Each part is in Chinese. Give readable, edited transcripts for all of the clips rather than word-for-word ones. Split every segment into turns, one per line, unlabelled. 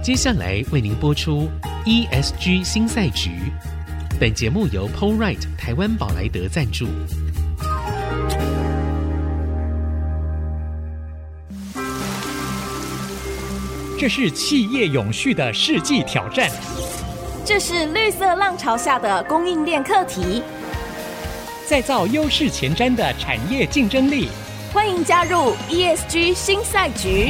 接下来为您播出 ESG 新赛局。本节目由 POLRIGHT 台湾宝莱德赞助。
这是企业永续的世纪挑战，
这是绿色浪潮下的供应链课题，
再造优势前瞻的产业竞争力。
欢迎加入 ESG 新赛局，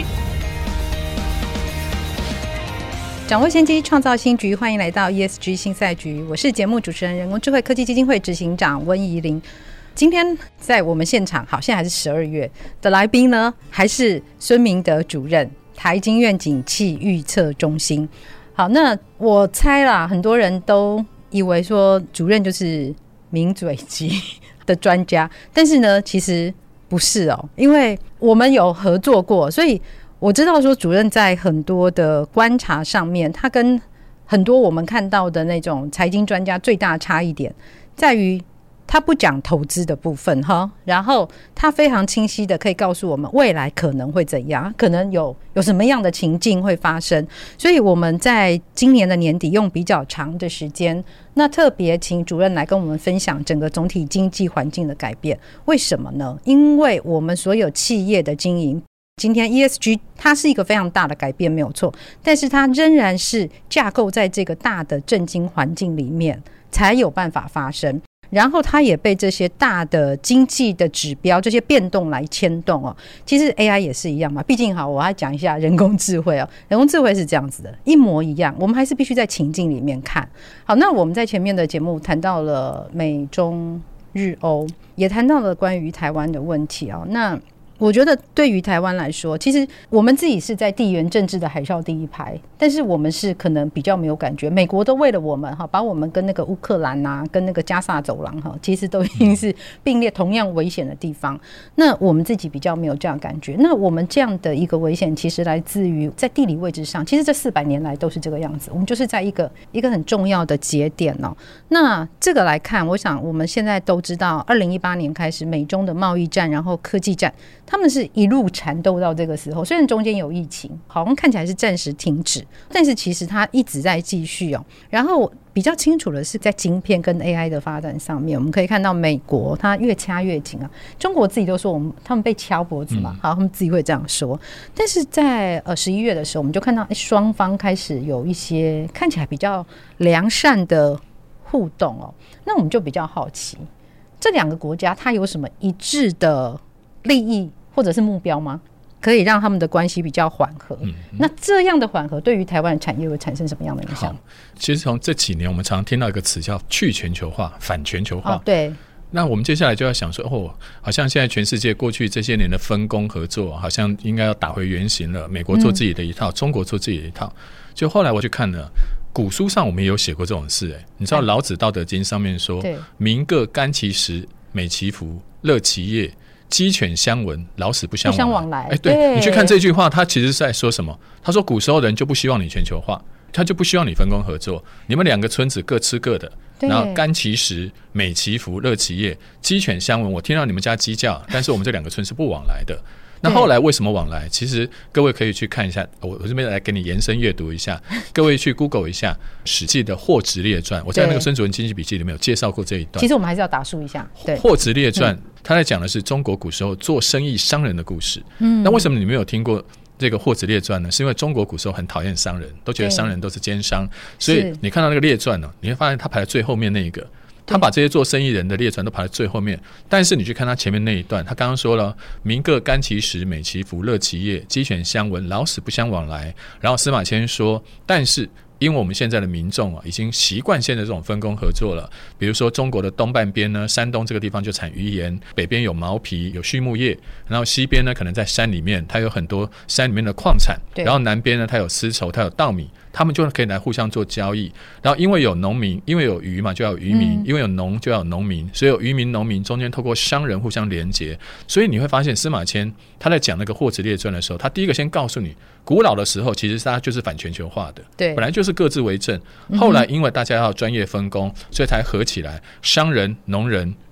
掌握先机，创造新局。欢迎来到 ESG 新赛局，我是节目主持人、人工智慧科技基金会执行长温怡玲。今天在我们现场，好，现在还是12月的来宾呢，还是孙明德主任，台经院景气预测中心。好，那我猜啦，很多人都以为说主任就是名嘴级的专家，但是呢，其实不是哦，因为我们有合作过，所以我知道说主任在很多的观察上面，他跟很多我们看到的那种财经专家最大的差异点在于他不讲投资的部分哈，然后他非常清晰的可以告诉我们未来可能会怎样，可能有什么样的情境会发生。所以我们在今年的年底用比较长的时间，那特别请主任来跟我们分享整个总体经济环境的改变。为什么呢？因为我们所有企业的经营，今天 ESG 它是一个非常大的改变没有错，但是它仍然是架构在这个大的政经环境里面才有办法发生，然后它也被这些大的经济的指标这些变动来牵动哦。其实 AI 也是一样嘛，毕竟好，我要讲一下人工智慧哦。人工智慧是这样子的，一模一样，我们还是必须在情境里面看。好，那我们在前面的节目谈到了美中日欧，也谈到了关于台湾的问题哦。那我觉得对于台湾来说，其实我们自己是在地缘政治的海啸第一排，但是我们是可能比较没有感觉。美国都为了我们把我们跟那个乌克兰啊，跟那个加萨走廊其实都已经是并列同样危险的地方。那我们自己比较没有这样感觉。那我们这样的一个危险，其实来自于在地理位置上，其实这400年来都是这个样子。我们就是在一个很重要的节点哦。那这个来看，我想我们现在都知道，2018年开始美中的贸易战，然后科技战。他们是一路缠斗到这个时候，虽然中间有疫情，好像看起来是暂时停止，但是其实它一直在继续哦。然后比较清楚的是，在晶片跟 AI 的发展上面，我们可以看到美国它越掐越紧啊。中国自己都说他们被掐脖子嘛，好，他们自己会这样说。但是在11月的时候，我们就看到双方开始有一些看起来比较良善的互动哦。那我们就比较好奇，这2个国家它有什么一致的利益或者是目标吗？可以让他们的关系比较缓和。那这样的缓和对于台湾的产业会产生什么样的影响？
其实从这几年我们常常听到一个词叫去全球化、反全球化。
对。
那我们接下来就要想说，好像现在全世界过去这些年的分工合作，好像应该要打回原形了。美国做自己的一套，中国做自己的一套。就后来我去看了古书上，我们也有写过这种事。你知道老子《道德经》上面说：“民各甘其食，美其服，乐其业。鸡犬相闻，老死不相往来。”对，你去看这句话，他其实是在说什么？他说古时候人就不希望你全球化，他就不希望你分工合作，你们2个村子各吃各的，然后甘其食，美其服，乐其业，鸡犬相闻。我听到你们家鸡叫，但是我们这2个村是不往来的。那后来为什么往来？其实各位可以去看一下，我这边来给你延伸阅读一下，各位去 Google 一下《史记》的《货殖列传》，我在那个《孙主任经济笔记》里面有介绍过这一段。
其实我们还是要打书一下。
《货殖列传》他在讲的是中国古时候做生意商人的故事。那为什么你没有听过这个《货殖列传》呢？是因为中国古时候很讨厌商人，都觉得商人都是奸商，所以你看到那个列传呢，你会发现他排在最后面那一个。他把这些做生意人的列传都排在最后面，但是你去看他前面那一段，他刚刚说了民各甘其食，美其服，乐其业，鸡犬相闻，老死不相往来。然后司马迁说，但是因为我们现在的民众已经习惯现在这种分工合作了，比如说中国的东半边呢，山东这个地方就产鱼盐，北边有毛皮有畜牧业，然后西边呢可能在山里面它有很多山里面的矿产，然后南边呢它有丝绸它有稻米，他们就可以来互相做交易。然后因为有农民，因为有渔嘛就要有渔民，因为有农就要有农民，所以有渔民农民中间透过商人互相连结。所以你会发现司马迁他在讲那个《货殖列传》的时候，他第一个先告诉你古老的时候其实他就是反全球化的，对，本来就是各自为政，后来因为大家要专业分工，所以才合起来，商人、农人、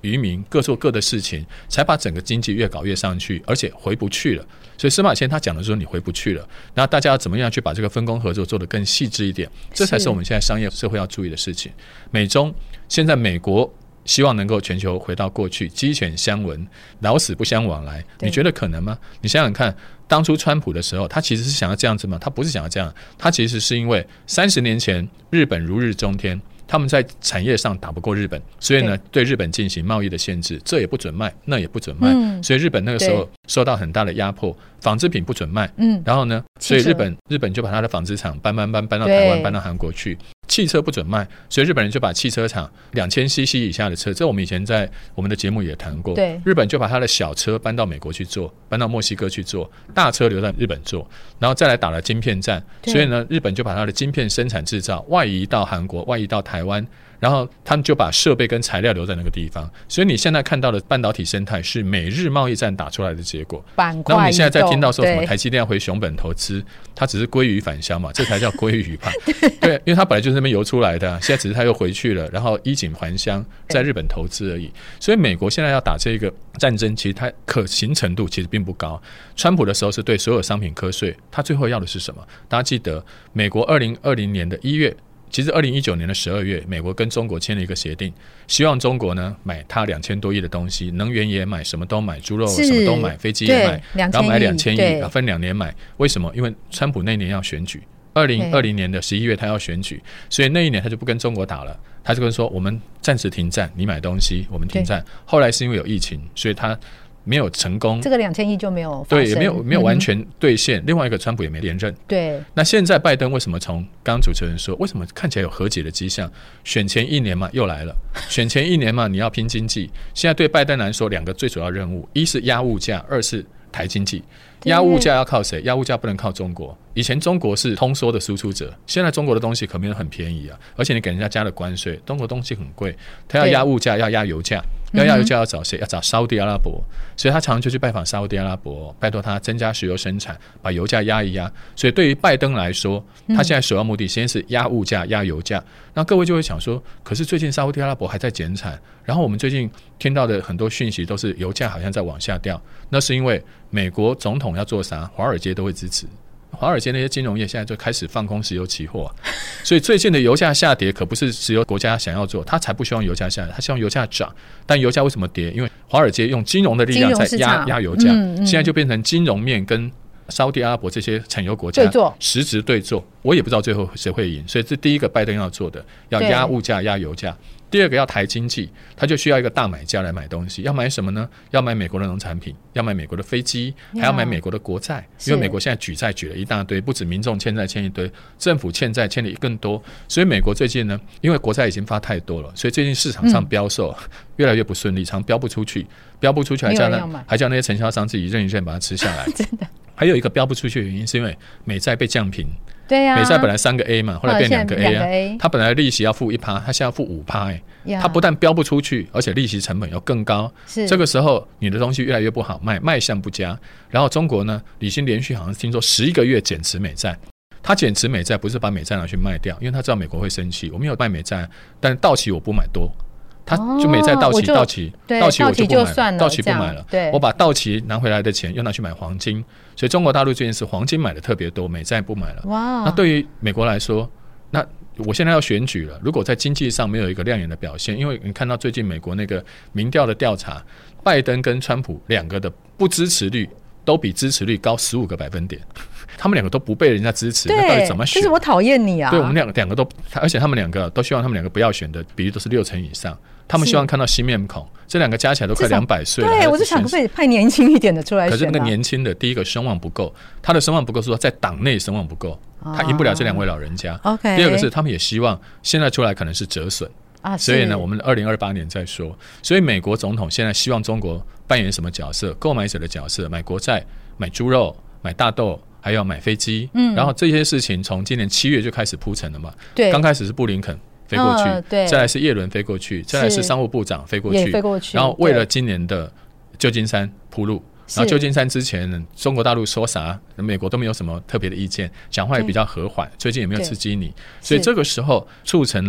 渔民各做各的事情，才把整个经济越搞越上去，而且回不去了。所以司马迁他讲的说你回不去了，那大家要怎么样去把这个分工合作做得更细致一点，这才是我们现在商业社会要注意的事情。美中现在美国希望能够全球回到过去鸡犬相闻，老死不相往来，你觉得可能吗？你想想看，当初川普的时候他其实是想要这样子吗？他不是想要这样，他其实是因为30年前日本如日中天，他们在产业上打不过日本，所以呢对日本进行贸易的限制，这也不准卖，那也不准卖，所以日本那个时候受到很大的压迫，纺织品不准卖，然后呢所以日本就把他的纺织厂搬到台湾，搬到韩国去。汽车不准卖，所以日本人就把汽车厂2000cc 以下的车，这我们以前在我们的节目也谈过，日本就把他的小车搬到美国去做，搬到墨西哥去做，大车留在日本做，然后再来打了晶片战，所以呢日本就把他的晶片生产制造外移到韩国，外移到台湾，然后他们就把设备跟材料留在那个地方，所以你现在看到的半导体生态是美日贸易战打出来的结果。然后你现在在听到说什么台积电要回熊本投资，它只是鲑鱼返乡嘛，这才叫鲑鱼吧对，因为它本来就是那边游出来的，现在只是它又回去了，然后衣锦还乡，在日本投资而已。所以美国现在要打这个战争，其实它可行程度其实并不高。川普的时候是对所有商品课税，他最后要的是什么？大家记得美国2020年的1月，其实2019年的12月，美国跟中国签了一个协定，希望中国呢买它2000多亿的东西，能源也买，什么都买，猪肉什么都买，飞机也买，然后买2000亿，分2年买。为什么？因为川普那年要选举，2020年的11月他要选举，所以那一年他就不跟中国打了，他就跟说我们暂时停战，你买东西我们停战。后来是因为有疫情，所以他没有成功，这个
2000亿就没有发生，
对，也没有完全兑现。另外一个川普也没连任。
对，
那现在拜登为什么从刚刚主持人说，为什么看起来有和解的迹象？选前1年嘛，又来了。选前1年嘛，你要拼经济。现在对拜登来说，2个最主要任务，一是压物价，二是抬经济。压物价要靠谁？压物价不能靠中国。以前中国是通缩的输出者，现在中国的东西可没有很便宜啊，而且你给人家加了关税，中国东西很贵，他要压物价，要压油价。要压油价要找谁？要找沙特阿拉伯，所以他常常就去拜访沙特阿拉伯，拜托他增加石油生产，把油价压一压。所以对于拜登来说，他现在首要目的先是压物价、压油价。那各位就会想说，可是最近沙特阿拉伯还在减产，然后我们最近听到的很多讯息都是油价好像在往下掉，那是因为美国总统要做啥，华尔街都会支持。华尔街那些金融业现在就开始放空石油期货，所以最近的油价下跌可不是石油国家想要做，他才不希望油价下跌，他希望油价涨。但油价为什么跌？因为华尔街用金融的力量在压油价，现在就变成金融面跟沙特阿拉伯这些产油国家实质对坐，我也不知道最后谁会赢。所以这第一个拜登要做的，要压物价、压油价。第二个要抬经济，他就需要一个大买家来买东西。要买什么呢？要买美国的农产品，要买美国的飞机，还要买美国的国债。因为美国现在举债举了一大堆，不止民众欠债欠一堆，政府欠债欠的更多。所以美国最近呢，因为国债已经发太多了，所以最近市场上标售越来越不顺利，常标不出去，还叫那些承销商自己认一认把它吃下来。真的。还有一个标不出去的原因是因为美债被降评。
对啊，
美债本来3个 A 嘛，后来变2个 A 啊。它本来利息要付1%，它现在付5%，它不但标不出去，而且利息成本又更高。这个时候你的东西越来越不好卖，卖相不佳。然后中国呢，李欣连续好像听说11个月减持美债。他减持美债不是把美债拿去卖掉，因为他知道美国会生气。我没有卖美债，但到期我不买多。他就美债到期我就不买了，到期不买了。我把到期拿回来的钱又拿去买黄金，所以中国大陆最近是黄金买的特别多，美债不买了。那对于美国来说，那我现在要选举了，如果在经济上没有一个亮眼的表现，因为你看到最近美国那个民调的调查，拜登跟川普2个的不支持率都比支持率高15个百分点。他们2个都不被人家支持，那到底怎么选？
就是我讨厌你啊！
对，我们两个都，而且他们2个都希望他们2个不要选的比例都是60%以上。他们希望看到新面孔，这2个加起来都快200岁了。
对，我就想可不可以派年轻一点的出来选？
可是那个年轻的，第一个声望不够，他的声望不够是说在党内声望不够，他赢不了这2位老人家。第二个是他们也希望现在出来可能是折损。所以呢，我们2028年再说。所以美国总统现在希望中国扮演什么角色？购买者的角色，买国债、买猪肉、买大豆，还要买飞机。然后这些事情从今年7月就开始铺陈了嘛。对，刚开始是布林肯飞过去，再来是叶伦飞过去，再来是商务部长飞过去，然后为了今年的旧金山铺路。然后旧金山之前中国大陆说啥美国都没有什么特别的意见，讲话也比较和缓，最近也没有刺激你，所以这个时候促成了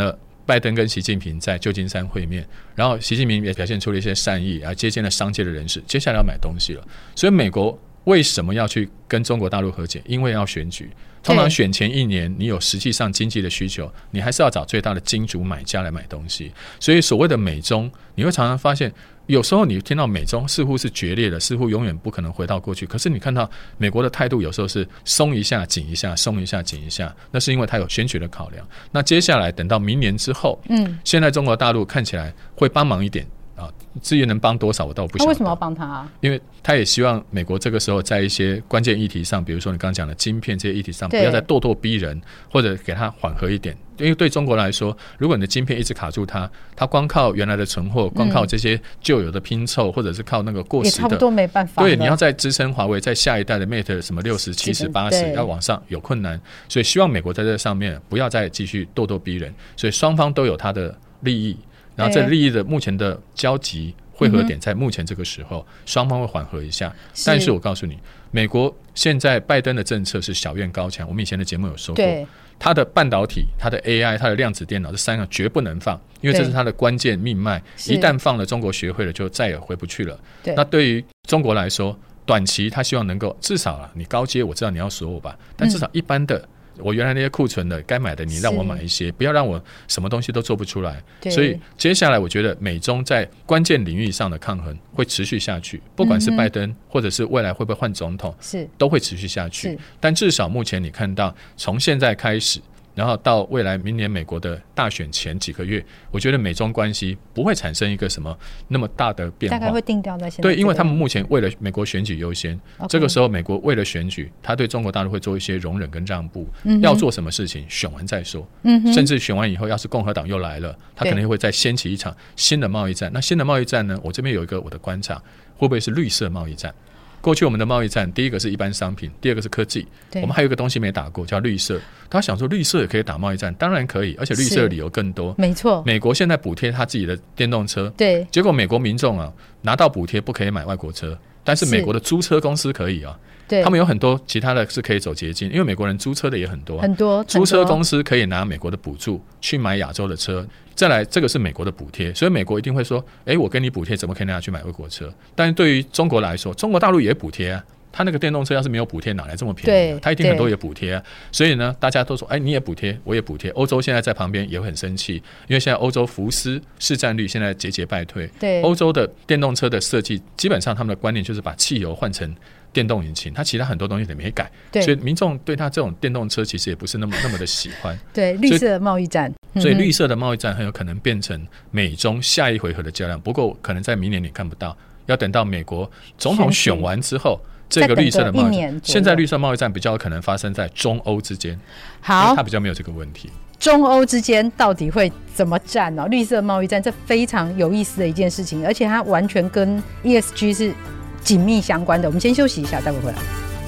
拜登跟习近平在旧金山会面，然后习近平也表现出了一些善意，然后接见了商界的人士，接下来要买东西了。所以美国为什么要去跟中国大陆和解？因为要选举。通常选前1年，你有实际上经济的需求，你还是要找最大的金主买家来买东西。所以所谓的美中，你会常常发现，有时候你听到美中似乎是决裂的，似乎永远不可能回到过去。可是你看到美国的态度，有时候是松一下紧一下，松一下紧一下，那是因为它有选举的考量。那接下来等到明年之后，现在中国大陆看起来会帮忙一点。至于能帮多少我倒不晓得。
他为什么要帮他啊？
因为他也希望美国这个时候在一些关键议题上，比如说你刚刚讲的晶片这些议题上，不要再咄咄逼人，或者给他缓和一点。因为对中国来说，如果你的晶片一直卡住它光靠原来的存货，光靠这些旧有的拼凑，或者是靠那个过时的，
也差不多没办法。
对，你要再支撑华为在下一代的 Mate 什么60、70、80要往上有困难，所以希望美国在这上面不要再继续咄咄逼人，所以双方都有他的利益。然后这利益的目前的交集汇合点在目前这个时候，双方会缓和一下。但是我告诉你，美国现在拜登的政策是小院高墙，我们以前的节目有说过，他的半导体、他的 AI、他的量子电脑这3个绝不能放，因为这是他的关键命脉，一旦放了，中国学会了就再也回不去了。那对于中国来说，短期他希望能够至少你高阶我知道你要锁我吧，但至少一般的我原来那些库存的该买的你让我买一些，不要让我什么东西都做不出来。所以接下来我觉得美中在关键领域上的抗衡会持续下去，不管是拜登或者是未来会不会换总统，都会持续下去。但至少目前你看到从现在开始，然后到未来明年美国的大选前几个月，我觉得美中关系不会产生一个什么那么大的变化，
大概会定调在现在。
对，因为他们目前为了美国选举优先，这个时候美国为了选举，他对中国大陆会做一些容忍跟让步，要做什么事情选完再说，甚至选完以后要是共和党又来了，他可能会再掀起一场新的贸易战。那新的贸易战呢，我这边有一个我的观察，会不会是绿色贸易战？过去我们的贸易战，第一个是一般商品，第二个是科技，我们还有一个东西没打过，叫绿色。他想说绿色也可以打贸易战，当然可以，而且绿色的理由更多。没错，美国现在补贴他自己的电动车，结果美国民众拿到补贴不可以买外国车，但是美国的租车公司可以他们有很多其他的是可以走捷径，因为美国人租车的也很多，租车公司可以拿美国的补助去买亚洲的车。再来，这个是美国的补贴，所以美国一定会说，我给你补贴，怎么可以拿去买外国车？但是对于中国来说，中国大陆也补贴啊，他那个电动车要是没有补贴，哪来这么便宜？他一定很多也补贴啊。所以呢，大家都说，你也补贴，我也补贴。欧洲现在在旁边也会很生气，因为现在欧洲福斯市占率现在节节败退。欧洲的电动车的设计，基本上他们的观念就是把汽油换成电动引擎，它其他很多东西也没改，所以民众对他这种电动车其实也不是那么的喜欢。对，绿色贸易战，所以绿色的贸易战很有可能变成美中下一回合的较量。不过可能在明年你看不到，要等到美国总统选完之后，这个绿色的贸易战，现在绿色贸易战比较有可能发生在中欧之间，好，因为它比较没有这个问题。中欧之间到底会怎么战呢？绿色贸易战这非常有意思的一件事情，而且它完全跟 ESG 是紧密相关的。我们先休息一下，待会回来。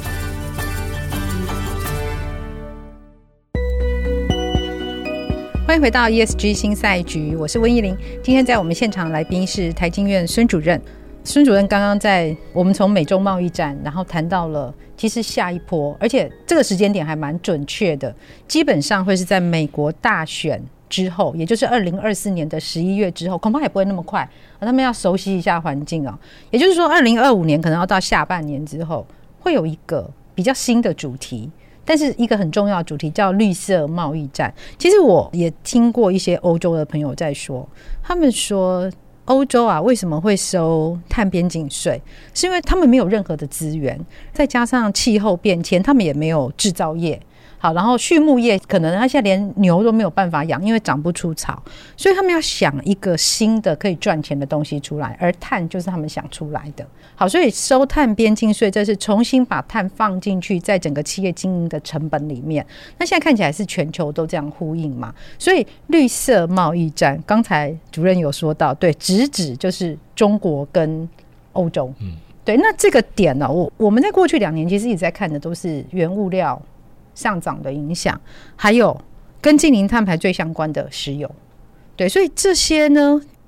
欢迎回到 ESG 新赛局，我是温怡玲。今天在我们现场来宾是台经院孙主任。孙主任刚刚在我们从美中贸易战，然后谈到了其实下一波，而且这个时间点还蛮准确的，基本上会是在美国大选之后，也就是2024年的11月之后，恐怕也不会那么快，他们要熟悉一下环境也就是说2025年可能要到下半年之后，会有一个比较新的主题，但是一个很重要的主题叫绿色贸易战。其实我也听过一些欧洲的朋友在说，他们说欧洲为什么会收碳边境税，是因为他们没有任何的资源，再加上气候变迁，他们也没有制造业，好，然后畜牧业可能他现在连牛都没有办法养，因为长不出草，所以他们要想一个新的可以赚钱的东西出来，而碳就是他们想出来的。好，所以收碳边境税，这是重新把碳放进去在整个企业经营的成本里面。那现在看起来是全球都这样呼应嘛，所以绿色贸易战，刚才主任有说到，对，直指就是中国跟欧洲。对，那这个点我们在过去2年其实一直在看的都是原物料上涨的影响，还有跟近零碳排最相关的石油。对，所以这些呢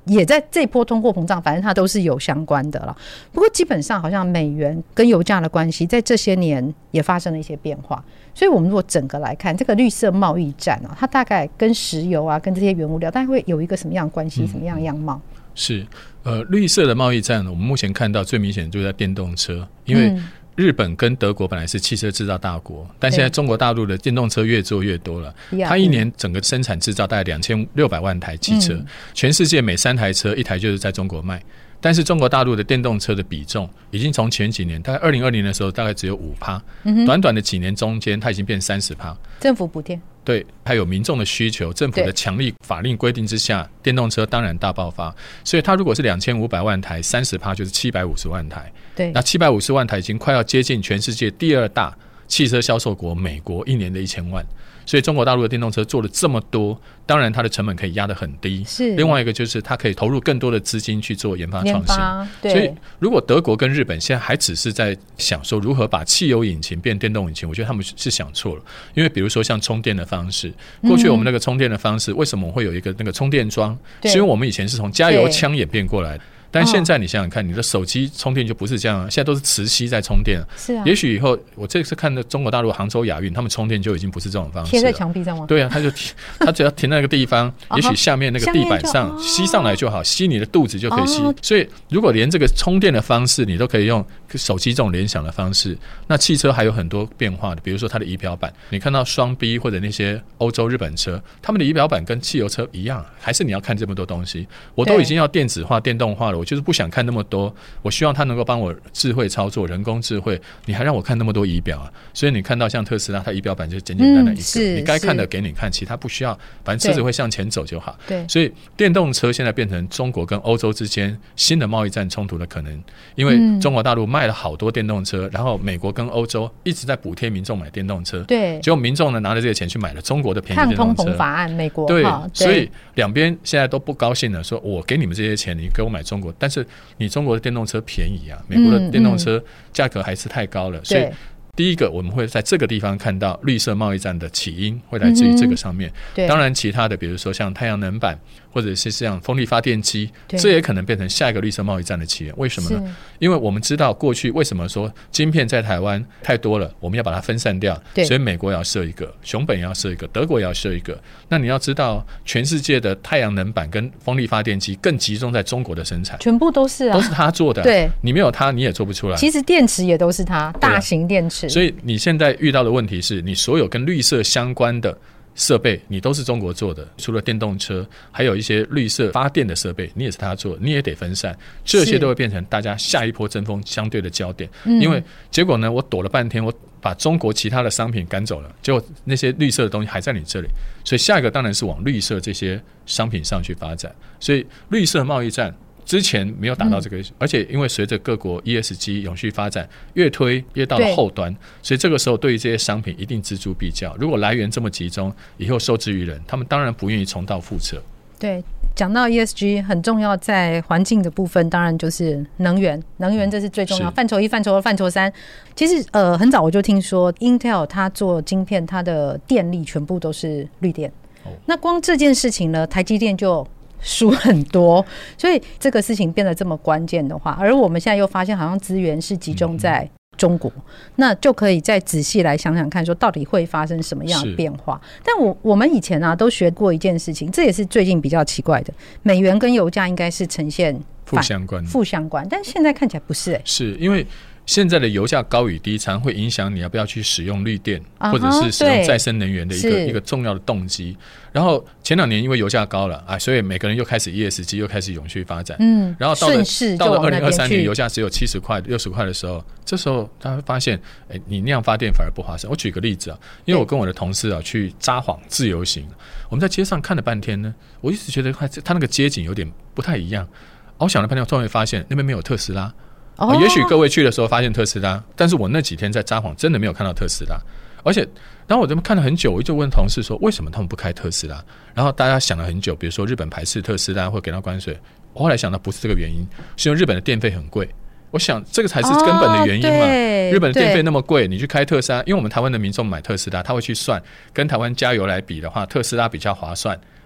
也在这一波通货膨胀，反正它都是有相关的了。不过基本上好像美元跟油价的关系在这些年也发生了一些变化，所以我们如果整个来看这个绿色贸易战它大概跟石油啊跟这些原物料大概会有一个什么样的关系，什么样的样貌？
是绿色的贸易战，我们目前看到最明显就是在电动车，因为日本跟德国本来是汽车制造大国，但现在中国大陆的电动车越做越多了。它一年整个生产制造大概2600万台汽车，全世界每3台车1台就是在中国卖。但是中国大陆的电动车的比重已经从前几年大概2020的时候大概只有 5%，短短的几年中间它已经变 30%。
政府补贴，对，
还有民众的需求，政府的强力法令规定之下，电动车当然大爆发。所以它如果是2500万台 30% 就是750万台，对，那750万台已经快要接近全世界第2大汽车销售国美国一年的1000万。所以中国大陆的电动车做了这么多，当然它的成本可以压得很低，是另外一个就是它可以投入更多的资金去做研发创新。所以如果德国跟日本现在还只是在想说如何把汽油引擎变电动引擎，我觉得他们是想错了。因为比如说像充电的方式，过去我们那个充电的方式为什么会有一个那个充电桩，是因为我们以前是从加油枪演变过来的。但现在你想想看，你的手机充电就不是这样，现在都是磁吸在充电。是啊，也许以后我这次看的中国大陆杭州亚运，他们充电就已经不是这种方式了，贴在墙壁上吗？对啊，他只要停在那个地方，也许下面那个地板上吸上来就好，吸你的肚子就可以吸。所以如果连这个充电的方式你都可以用手机这种联想的方式，那汽车还有很多变化的，比如说它的仪表板，你看到双 B 或者那些欧洲日本车，他们的仪表板跟汽油车一样，还是你要看这么多东西？我都已经要电子化电动化了，我就是不想看那么多，我希望它能够帮我智慧操作，人工智慧，你还让我看那么多仪表啊？所以你看到像特斯拉，它仪表板就简简单单一个，你该看的给你看，其他不需要，反正车子会向前走就好。对，所以电动车现在变成中国跟欧洲之间新的贸易战冲突的可能，因为中国大陆卖了好多电动车，然后美国跟欧洲一直在补贴民众买电动车，对，结果民众呢拿着这个钱去买了中国的便宜电动车，抗通膨法案，美国对，所以两边现在都不高兴了，说我给你们这些钱，你给我买中国，但是你中国的电动车便宜啊，美国的电动车价格还是太高了，所以第一个我们会在这个地方看到绿色贸易战的起因会来自于这个上面，当然其他的比如说像太阳能板或者是像风力发电机，这也可能变成下一个绿色贸易战的起源。为什么呢？因为我们知道过去为什么说晶片在台湾太多了，我们要把它分散掉，所以美国也要设一个，熊本也要设一个，德国也要设一个。那你要知道全世界的太阳能板跟风力发电机更集中在中国的生产，全部都是啊，都是他做的，对，你没有他你也做不出来。其实电池也都是他，大型电池。所以你现在遇到的问题是你所有跟绿色相关的设备你都是中国做的，除了电动车还有一些绿色发电的设备你也是他做的，你也得分散，这些都会变成大家下一波针锋相对的焦点。因为结果呢，我躲了半天，我把中国其他的商品赶走了，结果那些绿色的东西还在你这里，所以下一个当然是往绿色这些商品上去发展。所以绿色贸易战之前没有打到这个，而且因为随着各国 ESG 永续发展越推越到了后端，所以这个时候对于这些商品一定锱铢必较。如果来源这么集中，以后受制于人，他们当然不愿意重蹈覆辙。对，讲到 ESG 很重要，在环境的部分当然就是能源这是最重要，范畴1、范畴2、范畴3。其实很早我就听说 Intel 它做晶片，它的电力全部都是绿电，那光这件事情呢，台积电就输很多，所以这个事情变得这么关键的话，而我们现在又发现好像资源是集中在中国，那就可以再仔细来想想看说到底会发生什么样的变化。但我们以前都学过一件事情，这也是最近比较奇怪的，美元跟油价应该是呈现负相关，但现在看起来不是是因为现在的油价高与低常会影响你要不要去使用绿电，或者是使用再生能源的一个重要的动机。然后前2年因为油价高了所以每个人又开始 ESG 又开始永续发展，然后到了2023年油价只有70块60块的时候，这时候大家会发现你那样发电反而不划算。我举个例子因为我跟我的同事去札幌自由行，我们在街上看了半天呢，我一直觉得他那个街景有点不太一样，我想了半天，我突然发现那边没有特斯拉。也许各位去的时候发现特斯拉，但是我那几天在札幌真的没有看到特斯拉。而且然后我这么看了很久，我就问同事说为什么他们不开特斯拉，然后大家想了很久，比如说日本排斥特斯拉或给他关税，我后来想到不是这个原因，是因为日本的电费很贵。我想这个才是根本的原因嘛，日本的电费那么贵，你去开特斯拉，因为我们台湾的民众买特斯拉他会去算跟台湾加油来比的话，特斯拉比较划算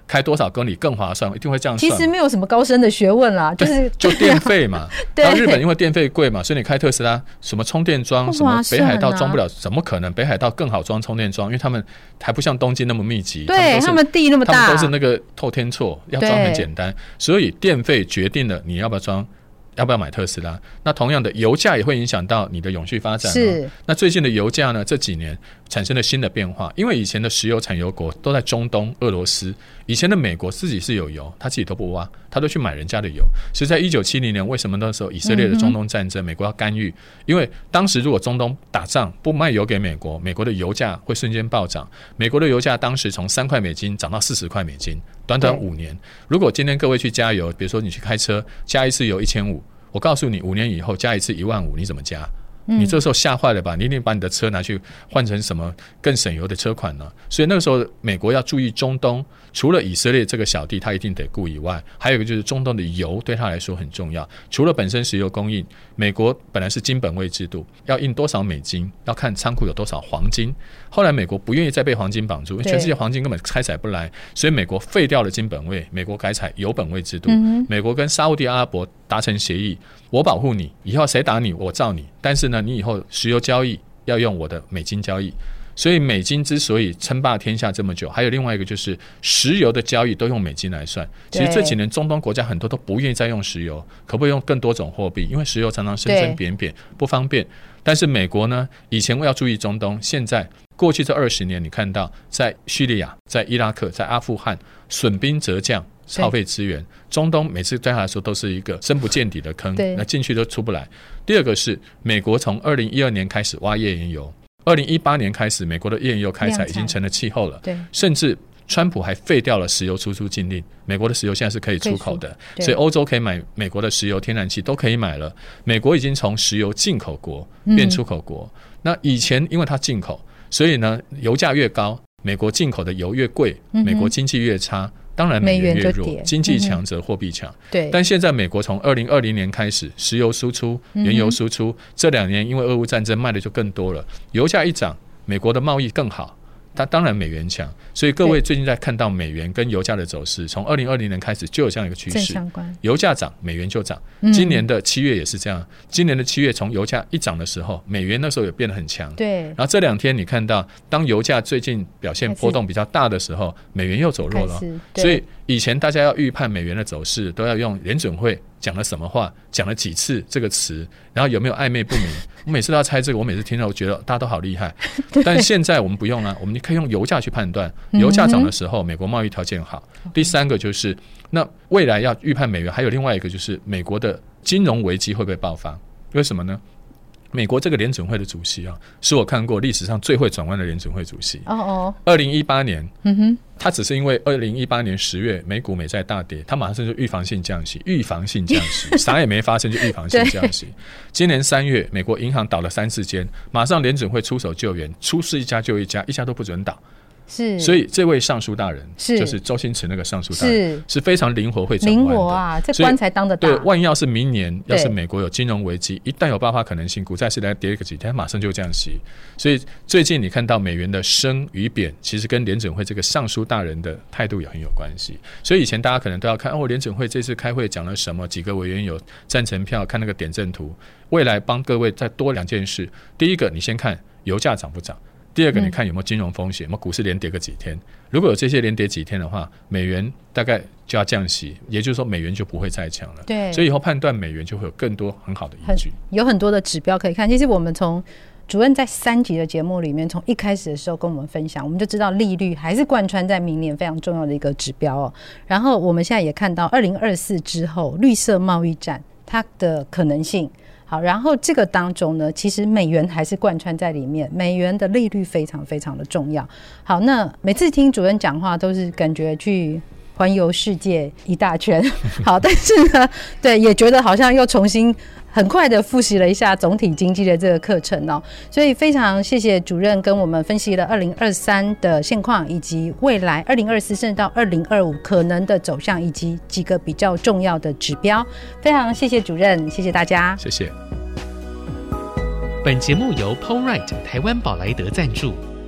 开多少公里更划算，一定会这样算。
其实没有什么高深的学问啦，
就电费嘛。
对，
然后日本因为电费贵嘛，所以你开特斯拉什么充电桩，什么北海道装不了，怎么可能？北海道更好装充电桩，因为他们还不像东京那么密集，
对，他们地那么大，
他们都是那个透天厝，要装很简单，所以电费决定了你要不要装。要不要买特斯拉？那同样的，油价也会影响到你的永续发展。
是。
那最近的油价呢？这几年产生了新的变化，因为以前的石油产油国都在中东、俄罗斯，以前的美国自己是有油，他自己都不挖，他都去买人家的油。所以在1970年，为什么那时候以色列的中东战争，美国要干预？因为当时如果中东打仗不卖油给美国，美国的油价会瞬间暴涨。美国的油价当时从3块美金涨到40块美金，短短5年。如果今天各位去加油，比如说你去开车，加一次油1500，我告诉你5年以后加一次15000，你怎么加？你这时候吓坏了吧？你一定把你的车拿去换成什么更省油的车款呢？所以那个时候美国要注意中东，除了以色列这个小弟他一定得顾以外，还有一个就是中东的油对他来说很重要。除了本身石油供应，美国本来是金本位制度，要印多少美金要看仓库有多少黄金。后来美国不愿意再被黄金绑住，因为全世界黄金根本开采不来，所以美国废掉了金本位，美国改采油本位制度。美国跟沙烏地阿拉伯达成协议，我保护你，以后谁打你我罩你，但是呢你以后石油交易要用我的美金交易。所以美金之所以称霸天下这么久，还有另外一个就是石油的交易都用美金来算。其实这几年中东国家很多都不愿意再用石油，可不可以用更多种货币？因为石油常常升升贬贬不方便。但是美国呢，以前要注意中东，现在过去这20年你看到在叙利亚、在伊拉克、在阿富汗损兵折将，耗费资源，中东每次对他来说都是一个深不见底的坑，那进去都出不来。第二个是美国从2012年开始挖页岩油，2018年开始美国的页岩油开采已经成了气候了，甚至川普还废掉了石油输出禁令，美国的石油现在是可以出口的，所以欧洲可以买美国的石油天然气都可以买了。美国已经从石油进口国变出口国，那以前因为它进口，所以呢油价越高，美国进口的油越贵，美国经济越差，当然美元越弱，经济强则货币强。但现在美国从2020年开始，石油输出、原油输出，这2年因为俄乌战争卖的就更多了，油价一涨，美国的贸易更好，它当然美元强。所以各位最近在看到美元跟油价的走势，从2020年开始就有这样一个趋势，油价涨美元就涨。今年的7月也是这样，今年的7月从油价一涨的时候，美元那时候也变得很强。然后这2天你看到当油价最近表现波动比较大的时候，美元又走弱了。所以以前大家要预判美元的走势，都要用联准会讲了什么话，讲了几次这个词，然后有没有暧昧不明。我每次都要猜这个，我每次听到我觉得大家都好厉害。但现在我们不用了，我们可以用油价去判断。油价涨的时候，美国贸易条件好。第3个就是那未来要预判美元，还有另外一个就是美国的金融危机会不会爆发？为什么呢？美国这个联准会的主席啊，是我看过历史上最会转弯的联准会主席。2018年，他只是因为2018年10月美股美债大跌，他马上就预防性降息，啥也没发生就预防性降息。今年3月，美国银行倒了3-4间，马上联准会出手救援，出事一家就一家，一家都不准倒。所以这位尚书大人就是周星驰那个尚书大人，是非常灵活会转弯的。灵活啊，
这官才当得大。
对，万一要是明年，要是美国有金融危机，一旦有爆发可能性，股债市来跌个几天，马上就降息。所以最近你看到美元的升与贬，其实跟联准会这个尚书大人的态度也很有关系。所以以前大家可能都要看联准会这次开会讲了什么，几个委员有赞成票，看那个点阵图。未来帮各位再多2件事，第一个你先看油价涨不涨。第二个，你看有没有金融风险，有没有股市连跌个几天？如果有这些连跌几天的话，美元大概就要降息，也就是说美元就不会再强了。所以以后判断美元就会有更多很好的依据，
有很多的指标可以看。其实我们从主任在3集的节目里面，从一开始的时候跟我们分享，我们就知道利率还是贯穿在明年非常重要的一个指标哦。然后我们现在也看到2024之后绿色贸易战它的可能性。好，然后这个当中呢，其实美元还是贯穿在里面，美元的利率非常非常的重要。好，那每次听主任讲话都是感觉去环游世界一大圈，好，但是呢，对，也觉得好像又重新很快的复习了一下总体经济的这个课程哦，所以非常谢谢主任跟我们分析了2023的现况，以及未来2024甚至到2025可能的走向，以及几个比较重要的指标。非常谢谢主任，谢谢大家，
谢谢。
本节目由 POLRIGHT 台湾宝莱德赞助，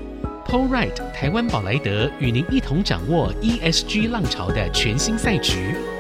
PollRight 台湾宝莱德与您一同掌握 ESG 浪潮的全新赛局。